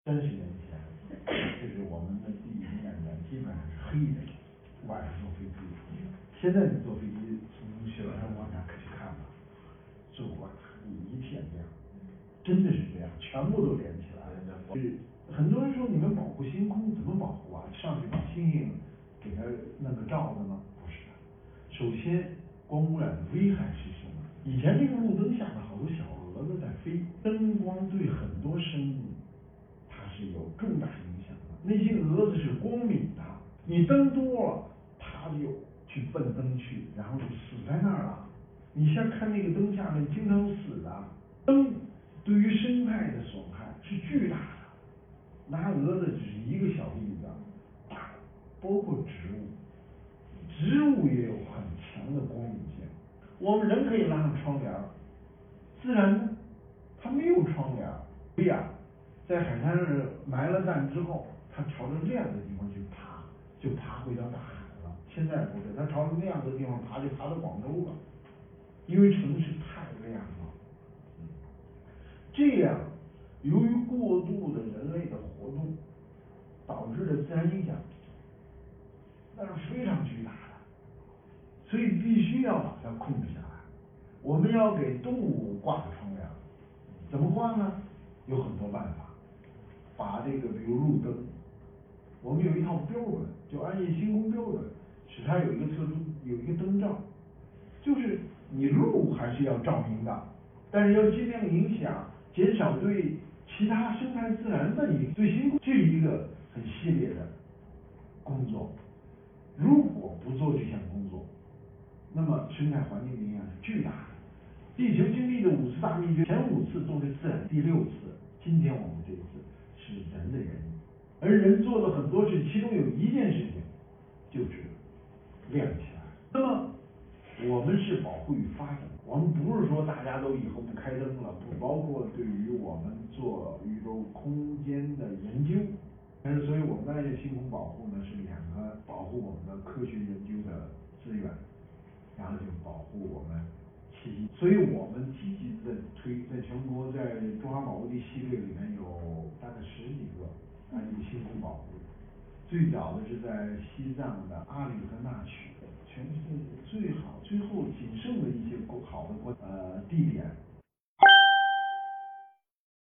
30年前，就是我们的地面呢基本上是黑的，晚上坐飞机。现在你坐飞机从雪山往下去看吧，走过一片亮，真的是这样，全部都连起来了。是很多人说你们保护星空怎么保护啊？上去把星星给它弄个罩子吗？不是的。首先，光污染的危害是什么？以前这个路灯下面好多小蛾子在飞，灯光对很多生物它是有重大影响的。那些蛾子是光敏的，你灯多了，它就去奔灯去，然后就死在那儿了。你像看那个灯下面经常死的，灯对于生态的损害是巨大的。拿蛾子只是一个小例子，大包括植物，植物也有很强的光敏性。我们人可以拉上窗帘，自然呢，它没有窗帘。对呀，在海滩上埋了蛋之后，它朝着亮的地方去爬，就爬回到大海了。现在不是，它朝着亮的地方爬，就爬到广州了，因为城市太亮了。这样，由于过度的人类的活动导致的自然影响，那是非常巨大的，所以必须要把它控制下来。我们要给动物挂个窗帘，怎么挂呢？有很多办法。把这个比如路灯，我们有一套标准，就暗夜星空标准，使它有一个有一个灯罩，就是你路还是要照明的，但是要尽量影响，减少对其他生态自然的影响。对星空，这是一个很系列的工作。如果不做这项工作，那么生态环境的影响是巨大的。地球经历的5次大灭绝，前5次都是自然，第6次，今天我们这一次是人的原因。而人做了很多事，其中有一件事情就是亮起来。那么我们是保护与发展，我们不是说大家都以后不开灯了，不包括对于我们做宇宙空间的研究。所以我们暗夜星空保护呢是2个保护我们的科学研究的资源，然后就保护我们栖息。所以我们积极的在全国在中华保护地系列里面有大概10几个暗夜星空保护。最早的是在西藏的阿里和纳曲，全世界最好最后仅剩的一些好的地点。